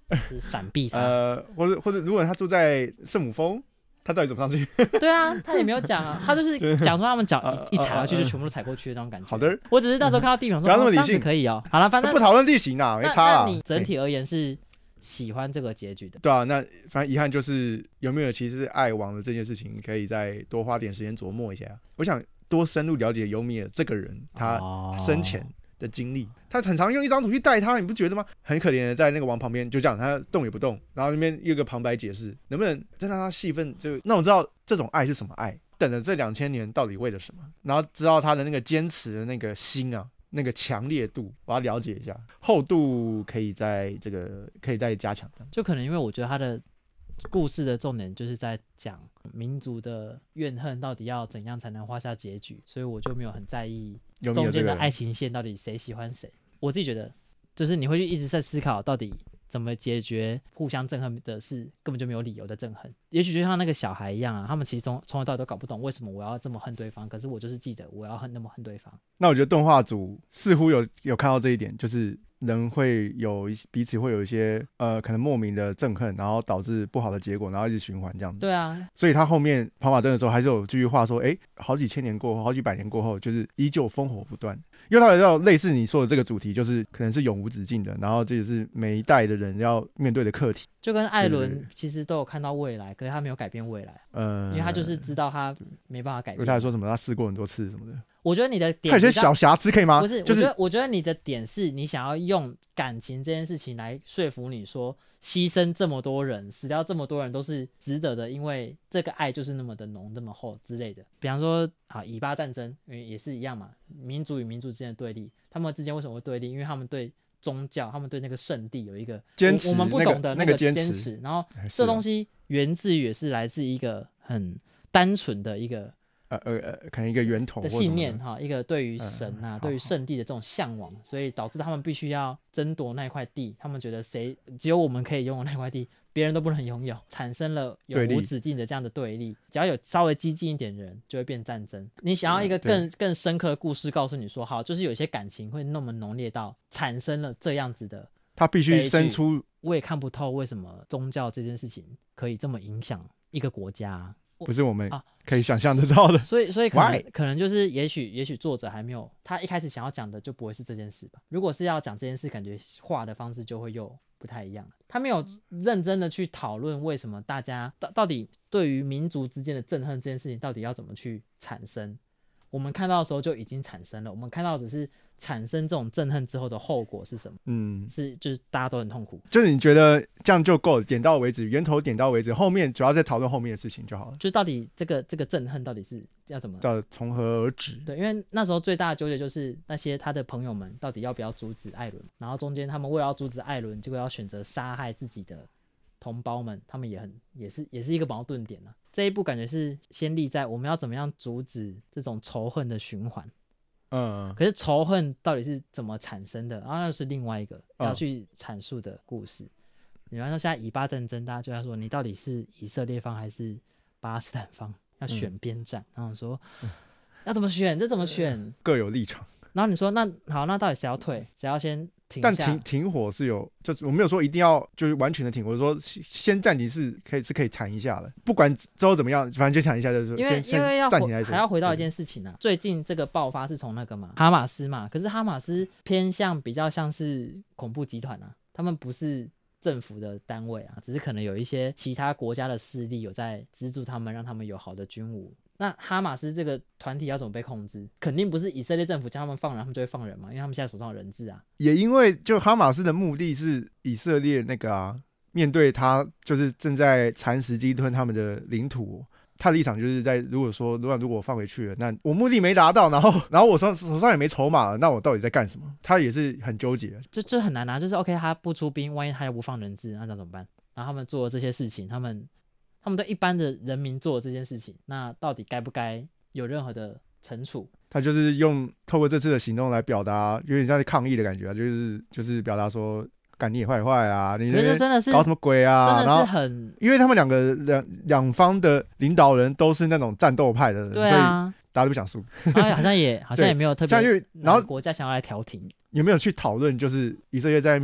是闪避他。 或者如果他住在圣母峰，他到底怎么上去？ 对啊，他也没有讲啊，他就是讲说他们脚一踩下去就全部都踩过去的那种感觉。 好的， 我只是那时候看到地名说， 不要那么理性， 可以哦。好了，反正不讨论地形啊，没差啊。 那你整体而言是喜欢这个结局的？ 对啊，那反正遗憾就是有没有其实爱王的这件事情，可以再多花点时间琢磨一下。我想多深入了解尤米尔这个人，他生前的经历，他很常用一张图去带他，你不觉得吗？很可怜的在那个王旁边就这样，他动也不动，然后那边有个旁白解释，能不能再让他戏份就让我知道这种爱是什么爱？等了这2000年到底为了什么？然后知道他的那个坚持的那个心啊，那个强烈度，我要了解一下，厚度可以再加强。 就可能因为我觉得他的故事的重点就是在讲民族的怨恨到底要怎样才能画下结局，所以我就没有很在意中间的爱情线到底谁喜欢谁。我自己觉得就是你会一直在思考到底怎么解决互相憎恨的事，根本就没有理由的憎恨。也许就像那个小孩一样啊，他们其实从头到尾都搞不懂为什么我要这么恨对方，可是我就是记得我要那么恨对方。 那我觉得动画组似乎有看到这一点，就是人会有彼此会有一些可能莫名的憎恨，然后导致不好的结果，然后一直循环这样子。 对啊，所以他后面跑马灯的时候还是有句话说，好几千年过后，好几百年过后，就是依旧烽火不断。因为他有类似你说的这个主题，就是可能是永无止境的，然后这也是每一代的人要面对的课题。 就跟艾伦其实都有看到未来，可是他没有改变未来，因为他就是知道他没办法改变。 他还说什么他试过很多次什么的。 我觉得你的点他有些小瑕疵可以吗？ 不是，就是我觉得你的点是你想要用感情这件事情来说服你说，牺牲这么多人，死掉这么多人都是值得的，因为这个爱就是那么的浓，那么厚之类的。比方说以巴战争也是一样嘛，民族与民族之间的对立，他们之间为什么会对立？因为他们对宗教，他们对那个圣地有一个坚持，我们不懂的那个坚持，然后这东西源自于也是来自一个很单纯的一个可能一个源头的信念一个对于神对于圣地的这种向往，所以导致他们必须要争夺那块地，他们觉得只有我们可以拥有那块地，别人都不能拥有，产生了永无止境的这样的对立。只要有稍微激进一点的人，就会变战争。你想要一个更深刻的故事告诉你说，好，就是有些感情会那么浓烈到产生了这样子的， 他必须生出。 我也看不透为什么宗教这件事情可以这么影响一个国家。 不是我们可以想象得到的， 所以可能就是也许作者还没有，他一开始想要讲的就不会是这件事吧。如果是要讲这件事，感觉画的方式就会又不太一样。他没有认真的去讨论为什么大家到底对于民族之间的憎恨这件事情到底要怎么去产生。我们看到的时候就已经产生了，我们看到只是产生这种憎恨之后的后果是什么？就是大家都很痛苦。 就是你觉得这样就够了，点到为止，源头点到为止，后面主要在讨论后面的事情就好了。 就是到底这个憎恨到底是要怎么从何而止？ 对，因为那时候最大的纠结就是那些他的朋友们到底要不要阻止艾伦，然后中间他们为了要阻止艾伦，结果要选择杀害自己的同胞们，他们也是一个矛盾点啊。这一步感觉是先立在我们要怎么样阻止这种仇恨的循环。可是仇恨到底是怎么产生的，然后那是另外一个要去阐述的故事。比方说现在以巴战争，大家就在说你到底是以色列方还是巴勒斯坦方，要选边站，然后说要怎么选，这怎么选， 各有立场。 然后你说那好，那到底谁要退，谁要先停下？ 但停火是有，就是我没有说一定要就是完全的停火，我说先暂停是可以谈一下的，不管之后怎么样，反正就谈一下，就是因为要暂停来说。 还要回到一件事情啊，最近这个爆发是从那个哈马斯嘛，可是哈马斯偏向比较像是恐怖集团啊，他们不是政府的单位啊，只是可能有一些其他国家的势力有在资助他们，让他们有好的军武。那哈马斯这个团体要怎么被控制？肯定不是以色列政府将他们放人，他们就会放人嘛，因为他们现在手上有人质啊。 也因为就哈马斯的目的是以色列那个面对他就是正在蚕食鲸吞他们的领土，他的立场就是在如果我放回去了，那我目的没达到，然后我手上也没筹码了，那我到底在干什么？他也是很纠结， 这很难啊。就是 OK， 他不出兵，万一他又不放人质，那怎么办？然后他们做了这些事情，他们对一般的人民做这件事情，那到底该不该有任何的惩处？ 他就是透过这次的行动来表达，有点像是抗议的感觉啊，就是表达说，干你也坏坏啊，你真的是搞什么鬼啊？ 真的是很， 因为他们两方的领导人都是那种战斗派的人， 对啊， 所以大家都不想输。 好像也没有特别， 然后国家想要来调停， 有没有去讨论，就是以色列在那边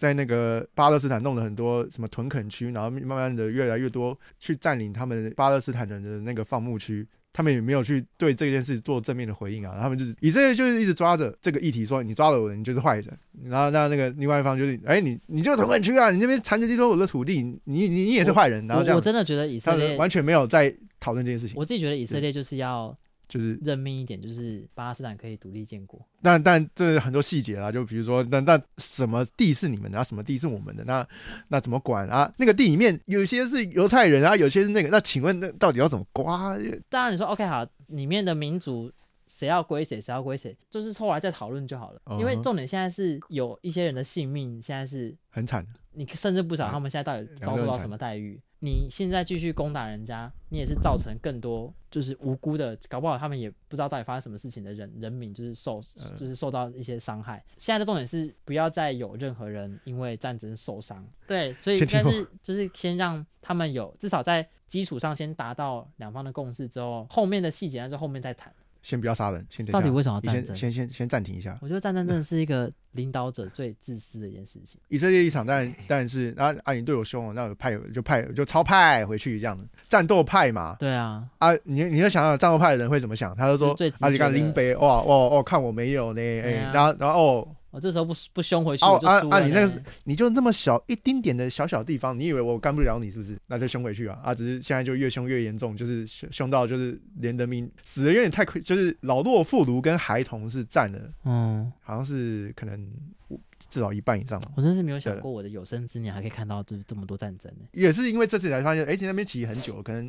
在那个巴勒斯坦弄了很多什么屯垦区，然后慢慢的越来越多去占领他们巴勒斯坦人的那个放牧区。他们也没有去对这件事做正面的回应啊，他们就是以色列就是一直抓着这个议题说你抓了我，你就是坏人。然后那个另外一方就是，你这个屯垦区啊，你那边残疾说我的土地，你也是坏人。然后这样， 我真的觉得以色列完全没有在讨论这件事情。 我自己觉得以色列就是要就是认命一点，就是巴勒斯坦可以独立建国。 但这很多细节啦，就比如说，那什么地是你们的，什么地是我们的，那怎么管啊？那个地里面有些是犹太人啊，有些是那个，那请问那到底要怎么刮？ 当然你说 OK 好，里面的民族谁要归谁，谁要归谁，就是后来再讨论就好了。因为重点现在是有一些人的性命现在是很惨， 你甚至不晓得他们现在到底遭受到什么待遇。你现在继续攻打人家，你也是造成更多就是无辜的，搞不好他们也不知道到底发生什么事情的人民就是受到一些伤害。现在的重点是不要再有任何人因为战争受伤。对，所以应该是就是先让他们有至少在基础上先达到两方的共识之后，后面的细节那就后面再谈。 先不要杀人， 到底为什么要战争？ 先暂停一下。 我觉得战争真的是一个领导者最自私的一件事情。 以色列立场当然是你对我凶了，那我就超派回去这样的战斗派嘛。 对啊， 你就想想战斗派的人会怎么想？他就说你看林北看我没有呢，然后我这时候不凶回去我就输了。 你就那么小一丁点的小地方，你以为我干不了你是不是？那就凶回去啊！只是现在就越凶越严重，就是凶到就是连人民死的有点太就是老弱妇孺跟孩童是占了，好像是可能至少一半以上。 我真是没有想过我的有生之年还可以看到这么多战争。 也是因为这次才发现，其实那边其实很久，可能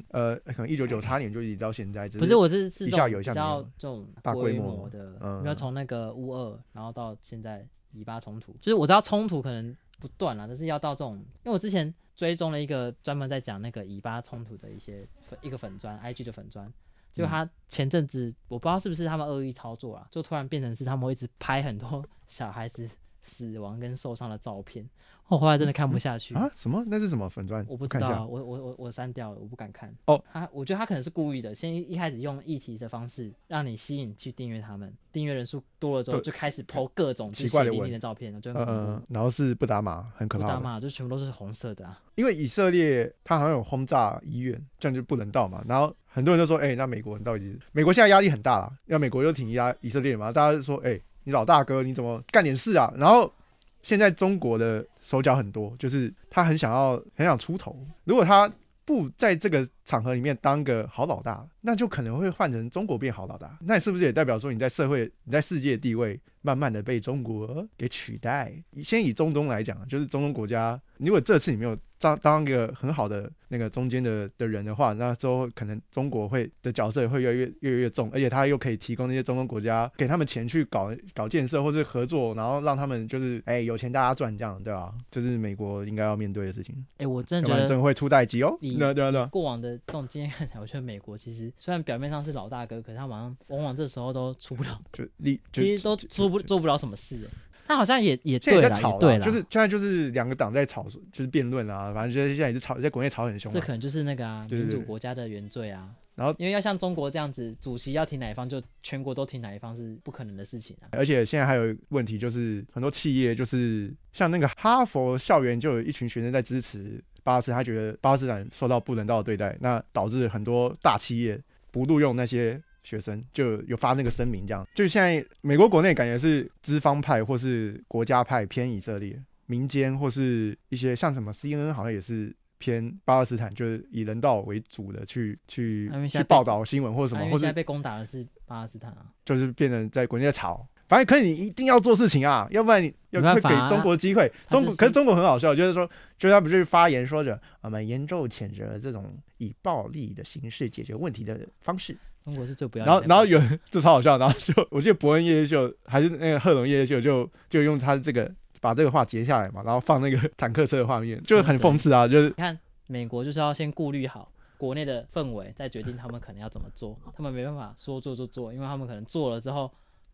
1998年就一直到现在。 不是，我是一下有一下比较这种大规模的，没有从那个乌俄，然后到现在以巴冲突，就是我知道冲突可能不断啦，但是要到这种，因为我之前追踪了一个专门在讲那个以巴冲突的一个粉专 IG 的粉专，就他前阵子我不知道是不是他们恶意操作啦，就突然变成是他们会一直拍很多小孩子死亡跟受伤的照片，我后来真的看不下去什么？那是什么粉专？ 我不知道，我删掉了，我不敢看。我觉得他可能是故意的，先一开始用议题的方式让你吸引去订阅他们，订阅人数多了之后就开始 po 各种奇怪的文的照片，就然后是不打码，很可怕的。 不打码就全部都是红色的啊。 因为以色列它好像有轰炸医院，这样就不人道嘛。然后很多人就说，那美国人到底美国现在压力很大啦，要美国又挺以色列嘛，大家就说，你老大哥你怎么干点事啊？然后现在中国的手脚很多，就是他很想出头。如果他不在这个场合里面当个好老大，那就可能会换成中国变好老大。那是不是也代表说你在世界地位慢慢的被中国给取代？先以中东来讲，就是中东国家，如果这次你没有当一个很好的那个中间的人的话，那之后可能中国的角色会越来越重，而且他又可以提供那些中东国家给他们钱去搞建设或是合作，然后让他们就是有钱大家赚这样，对吧？这是美国应该要面对的事情。 我真的觉得真的会出代机哦。对， 过往的这种经验看起来，我觉得美国其实虽然表面上是老大哥，可是他往往这时候都出不了，其实都做不了什么事。他好像也对啦，也对啦， 就是现在就是两个党在吵，就是辩论啊，反正现在也是吵，在国内吵很凶。 这可能就是那个民主国家的原罪啊。 然后因为要像中国这样子，主席要挺哪一方，就全国都挺哪一方是不可能的事情啊。 而且现在还有问题，就是很多企业就是像那个哈佛校园就有一群学生在支持巴勒斯坦，他觉得巴勒斯坦受到不人道的对待，那导致很多大企业不录用那些学生，就有发那个声明，这样就现在美国国内感觉是资方派或是国家派偏以色列，民间或是一些像什么 CNN 好像也是偏巴勒斯坦，就是以人道为主的去报道新闻或者什么，或者现在被攻打的是巴勒斯坦啊， 就是变成在国内在吵。反正可是你一定要做事情啊，要不然你会给中国机会。可是中国很好笑，就是说，他不是发言说着我们严重谴责这种以暴力的形式解决问题的方式。 中国是最不要脸的。 然后有这超好笑，然后我记得伯恩夜夜秀还是那个贺龙夜夜秀就用他这个把这个话截下来嘛，然后放那个坦克车的画面，就很讽刺啊。就是你看美国就是要先顾虑好国内的氛围，再决定他们可能要怎么做。他们没办法说做就做，因为他们可能做了之后，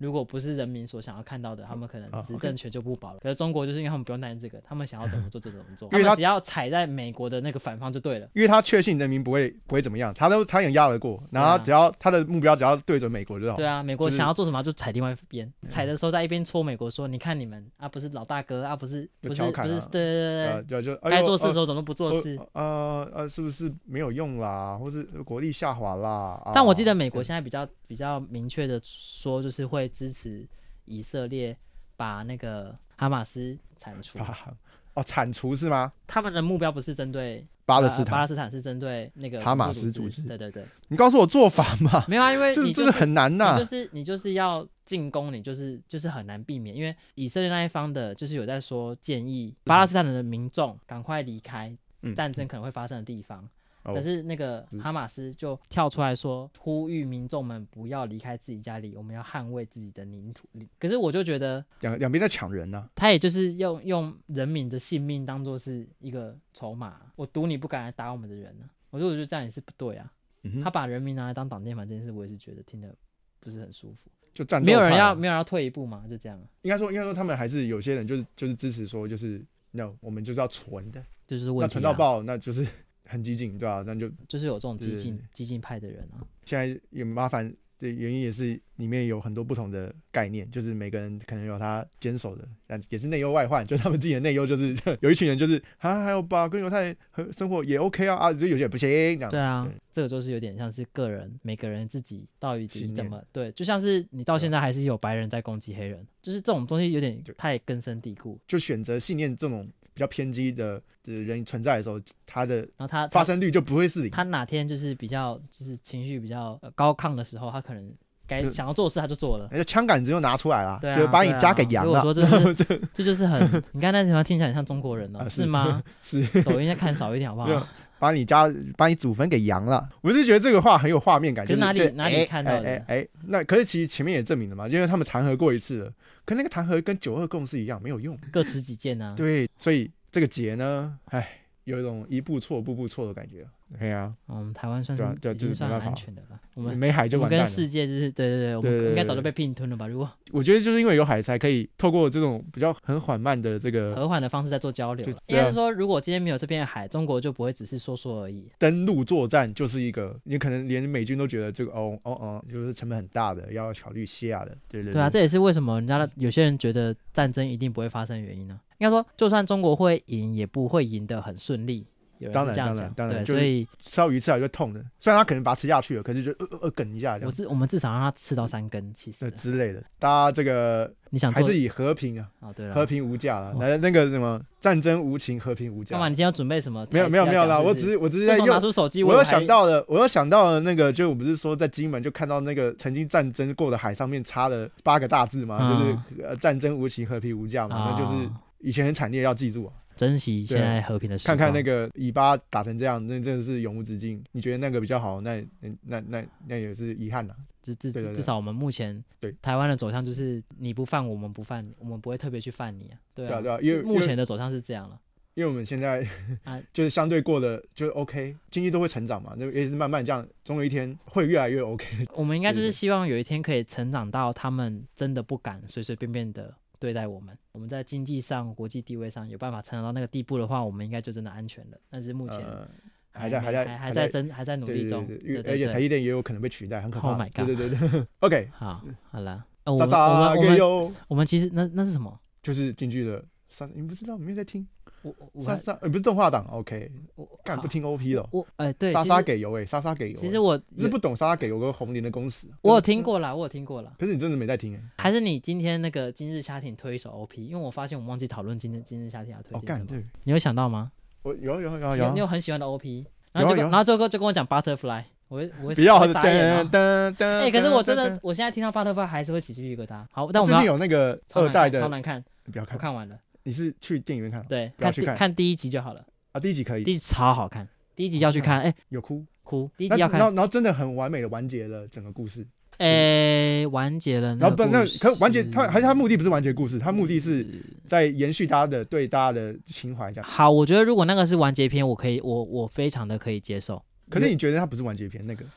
如果不是人民所想要看到的，他们可能执政权就不保了。可是中国就是因为他们不用担心这个，他们想要怎么做就怎么做，他们只要踩在美国的那个反方就对了。 因为他确信人民不会怎么样，他也压得过，然后只要他的目标只要对准美国就好。 对啊，美国想要做什么就踩另外一边，踩的时候在一边戳美国说：“你看你们啊，不是老大哥啊，不是，对，就该做事的时候怎么都不做事？ 是不是没有用啦，或是国力下滑啦？” 但我记得美国现在比较明确的说，就是会支持以色列把那个哈马斯铲除。 铲除是吗？ 他们的目标不是针对巴勒斯坦，是针对那个哈马斯组织。 对， 你告诉我做法嘛？ 没有啊，因为你真的很难呐。 你就是要进攻，你就是很难避免，因为以色列那一方的就是有在说建议巴勒斯坦的民众赶快离开战争可能会发生的地方。但是那个哈马斯就跳出来说，呼吁民众们不要离开自己家里，我们要捍卫自己的领土。可是我就觉得两边在抢人啊， 他也就是用人民的性命当作是一个筹码，我赌你不敢来打我们的人呢。我觉得这样也是不对啊。他把人民拿来当挡箭牌这件事，我也是觉得听得不是很舒服。 就战斗没有人要退一步嘛，就这样。 应该说他们还是有些人就是支持说，就是我们就是要存的， 就是问题、啊。 那存到爆，那就是很激进，对吧？那就是有这种激进派的人啊。 现在也麻烦的原因也是里面有很多不同的概念，就是每个人可能有他坚守的，但也是内忧外患。就他们自己的内忧就是有一群人就是还有吧，跟犹太生活也 OK 啊，就有些人不行这样。 对啊，这个就是有点像是个人每个人自己到底怎么对，就像是你到现在还是有白人在攻击黑人，就是这种东西有点太根深蒂固。 就选择信念这种比较偏激的人存在的时候，他的发生率就不会是零。 他哪天就是比较就是情绪比较高亢的时候，他可能该想要做事他就做了， 就枪杆子又拿出来了， 对啊， 就把你家给扬了。 我说这就是很，你看那地方听起来很像中国人哦，是吗？ 是， 抖音再看少一点好不好？ 把你祖坟给扬了。我是觉得这个话很有画面感。 可是哪里看到的？ 那可是其实前面也证明了嘛，因为他们弹劾过一次了，可那个弹劾跟9·2共识一样没有用， 各持己见啊。 对，所以这个结呢，有一种一步错步步错的感觉。对啊， 我们台湾算是已经算安全的了。我们没海就完蛋了。 我们跟世界就是对，我们应该早就被并吞了吧？如果我觉得就是因为有海才可以透过这种比较很缓慢的这个和缓的方式在做交流。应该是说，如果今天没有这片海，中国就不会只是说而已。 登陆作战就是一个，你可能连美军都觉得这个就是成本很大的，要考虑下的。对啊，这也是为什么人家有些人觉得战争一定不会发生的原因呢？应该说，就算中国会赢，也不会赢得很顺利。 当然， 对，所以烧鱼吃来就痛的。虽然他可能把它吃下去了，可是就梗一下这样。 我们至少让他吃到3根，其实之类的。大家这个你想还是以和平啊， 对了， 和平无价了。那个什么战争无情，和平无价。 干嘛？你今天要准备什么？ 没有啦，我只是在拿出手机。 我又想到了那个，就我不是说在金门就看到那个曾经战争过的海上面插了8个大字嘛，就是战争无情，和平无价嘛，那就是以前很惨烈，要记住啊。 珍惜现在和平的时光。 看看那个尾巴打成这样，那真的是永无止境。你觉得那个比较好，那也是遗憾呐。 至少我们目前对台湾的走向就是你不犯我们不犯你，我们不会特别去犯你啊。对啊，因为目前的走向是这样了。 因为我们现在就是相对过的就 OK， 经济都会成长嘛，那也是慢慢这样，总有一天会越来越 OK。 我们应该就是希望有一天可以成长到他们真的不敢随随便便的对待我们在经济上、国际地位上有办法成长到那个地步的话，我们应该就真的安全了。但是目前还在努力中，对， 而且台积电也有可能被取代，很可怕。 Oh my god！ 对 ，OK， 好了，我们其实那是什么？ 就是京剧的你不知道，没有在听。不是动画档 ，OK， 干不听 OP 了。 对， 莎莎给油莎莎给油。 其实我是不懂莎莎给油跟红莲的公式。 我有听过啦。可是你真的没在听还是你今天那个今日虾艇推一首 OP？ 因为我发现我们忘记讨论今日虾艇要推荐什么。 对， 你有想到吗？ 我有。 你有很喜欢的 OP？ 然后就跟我讲 Butterfly， 我会不要傻眼可是我真的，我现在听到 Butterfly 还是会起鸡皮疙瘩。好，但我们最近有那个2代的超难看， 不要看， 我看完了。 你是去电影院看？ 对，看第1集就好了。 第1集可以， 第1集超好看，第1集要去看。 有哭， 第1集要看， 然后真的很完美的完结了整个故事。 完结了。 然后可完结，他目的不是完结故事，他目的是在延续对大家的情怀这样。 好，我觉得如果那个是完结篇，我非常的可以接受。 可是你觉得它不是完结篇那个？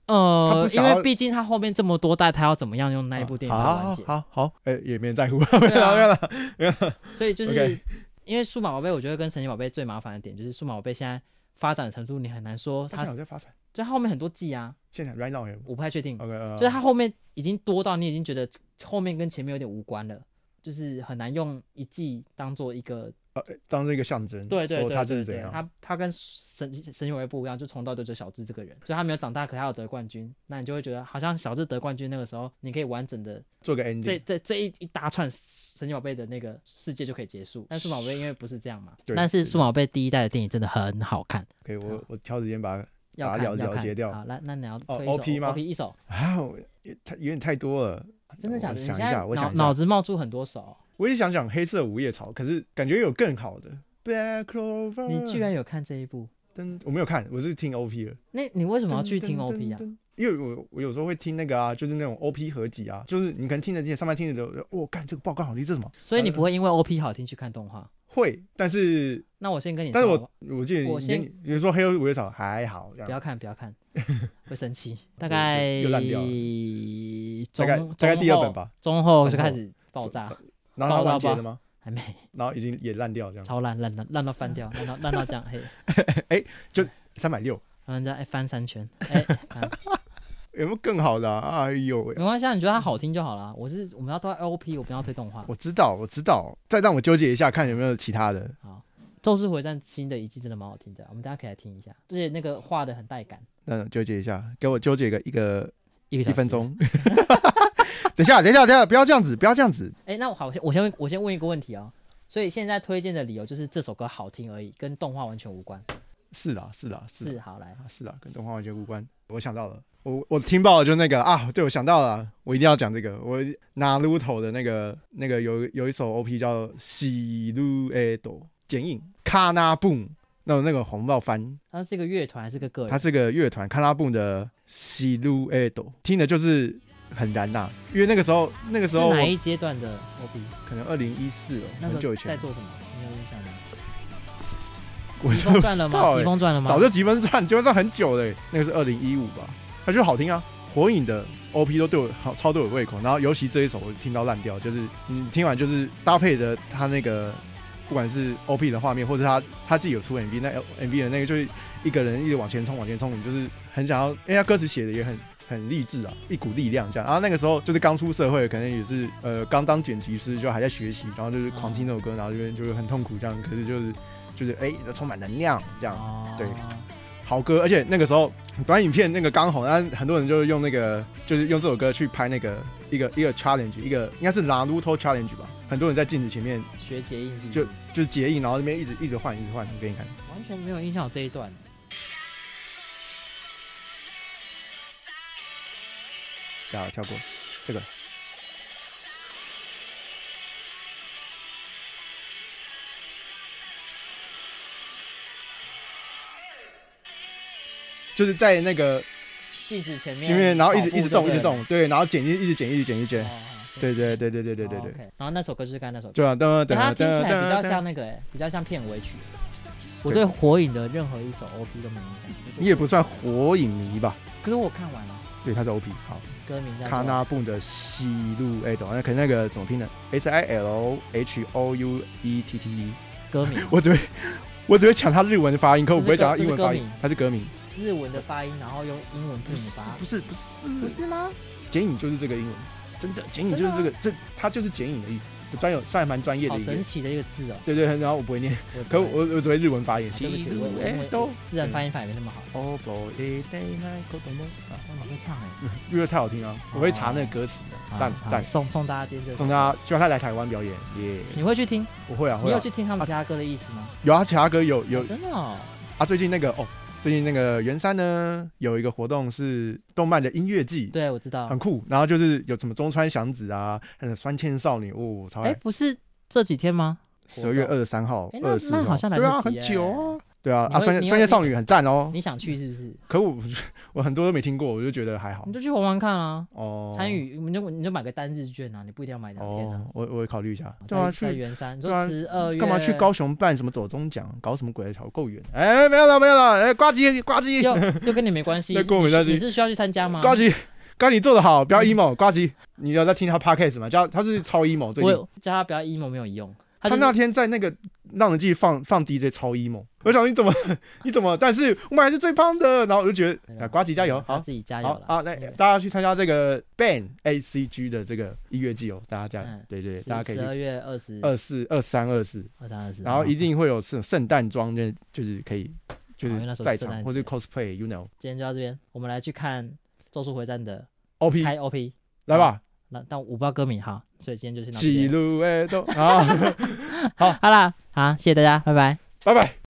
因为毕竟他后面这么多代，他要怎么样用那一部电影来完结？ 好，也没人在乎， 对啊没了。 所以就是 OK 因为数码宝贝，我觉得跟神奇宝贝最麻烦的点就是数码宝贝现在发展的程度，你很难说它有在发展， 就它后面很多季啊， 现在 right now 我不太确定， OK 就是它后面已经多到你已经觉得后面跟前面有点无关了，就是很难用一季当做一个当这个象征， 对， 他是怎样？ 他跟神奇宝贝不一样，就从头到尾就小智这个人，所以他没有长大，可他有得冠军，那你就会觉得好像小智得冠军那个时候，你可以完整的做个 ending， 这一大串神奇宝贝的那个世界就可以结束。但数码宝贝因为不是这样嘛， 对但是数码宝贝第一代的电影真的很好看。 OK，我挑时间把它了解掉。 好，那你要推 OP 吗 ？OP 一首啊，有点太多了。 真的假的？ 我想一下， 脑子冒出很多首。 我也想讲黑色五叶草，可是感觉有更好的。Black Clover， 你居然有看这一部？ 我没有看，我是听 OP 了。 那你为什么要去听 OP 啊？ 因为我有时候会听那个啊，就是那种 OP 合集啊，就是你可能听着上班听着就，干这个报告好听，这是什么？ 所以你不会因为 OP 好听去看动画？ 会，但是那我先跟你说， 但是我记得你说黑色五叶草还好， 不要看，会生气。大概又烂掉了，大概第二本吧， 中后就开始爆炸， 然后完结了吗？ 还没， 然后已经也烂掉这样， 超烂到翻掉，烂到这样， 就360， 人家翻3圈， 有没有更好的啊？哎呦喂， 没关系，你觉得它好听就好了。我们要都 LP， 我不要推动画。 我知道，再让我纠结一下，看有没有其他的。 好，咒术回战新的一季真的蛮好听的，我们大家可以来听一下，而且那个画的很带感。 那纠结一下，给我纠结1分钟。等一下，不要这样子。 那好，我先问一个问题哦。所以现在推荐的理由就是这首歌好听而已，跟动画完全无关。 是啦， 好来， 是啦，跟动画完全无关。我想到了，我听爆了，就那个啊，对，我想到了，我一定要讲这个。我拿Naruto的那个有一首 OP 叫《喜路埃斗》，剪影卡纳布。那个红爆番， 它是一个乐团还是个个人？ 它是个乐团，卡纳布的《喜路埃斗》，听的就是很燃呐，因为那个时候是哪一阶段的 OP？ 可能2014了，很久以前。 在做什么？你有印象吗？ 我疾风传了吗？疾风传了吗？ 早就疾风传很久了，那个是2015吧。它就好听啊，火影的 OP 都对我超对我胃口，然后尤其这一首我听到烂掉，就是你听完就是搭配的它那个。不管是 OP 的画面，或者他自己有出 MV， 那 MV 的那个就是一个人一直往前冲，你就是很想要，因为他歌词写的也很励志啊，一股力量这样。然后那个时候就是刚出社会，可能也是刚当剪辑师，就还在学习，然后就是狂听那首歌，然后这边就是很痛苦这样，可是就是充满能量这样，对，好歌。而且那个时候短影片那个刚红，但很多人就是用就是用这首歌去拍那个一个 challenge， 应该是 Naruto challenge 吧。很多人在镜子前面学结印， 就是结印，然后那边一直换，我给你看， 完全没有印象有这一段。 跳过这个。就是在那个镜子前面， 然后一直动，对，然后一直剪。对。 然后那首歌就是刚才那首歌， 对啊， 它听起来比较像那个，比较像片尾曲。我对火影的任何一首 OP 都没印象。 你也不算火影迷吧？ 可是我看完了。 对，它是 OP。好， 歌名叫卡纳布的西路埃斗，可能那个怎么拼的 ？SILHOUETTE。歌名。我只会抢它日文的发音，可我不会讲它英文发音。它是歌名。 日文的发音，然后用英文字母发。 不是吗？ 剪影就是这个英文。真的，剪影就是这个，它就是剪影的意思，算还蛮专业的一个。 好神奇的一个字哦。 对，然后我不会念，可我只会日文发言。 对不起，我自然发音法也没那么好。 哦不， 好会唱哎， 因为太好听了，我会查那个歌词的。赞， 送大家今天送大家，希望他来台湾表演耶。 你会去听？ 我会啊， 你有去听他们其他歌的意思吗？ 有啊，其他歌有。 真的哦。 最近那个圆山呢有一个活动是动漫的音乐季， 对我知道， 很酷。然后就是有什么中川祥子啊，还有酸欠少女超爱。 不是这几天吗？ 12月23号、24号， 那好像来得及。 对啊，很久啊。 对啊， 你会酸叶少女很赞哦。 你想去是不是？ 可我很多都没听过，我就觉得还好。 你就去玩玩看啊。 哦， 参与你就买个单日券啊，你不一定要买2天啊。 我会考虑一下。对啊， 在去圆山，你说12月干嘛去高雄办什么走中奖？搞什么鬼？好够远。哎，没有了。哎，呱唧， 又跟你没关系。 跟我没关系。 你是需要去参加吗？ 呱唧，刚你做的好，不要 emo。呱唧，你有在听他 podcast 吗？他是超 emo，最近我叫他不要 emo 没有用。 他那天在那个浪人季放 DJ 超 emo， 我想你怎么？但是我们还是最棒的，然后我就觉得呱唧加油，好， 自己加油了。 好，那大家去参加这个 Band ACG 的这个音乐季哦，大家加油，对，大家可以 12月 24、23、24，然后一定会有圣诞装，就是可以就是在场或是 cosplay，you know。 今天就到这边，我们来去看《咒术回战》的 OP， 开 OP， 来吧。 但我不知道歌名哈，所以今天就先到这边。 记录都好， 好啦，好，谢谢大家，拜拜。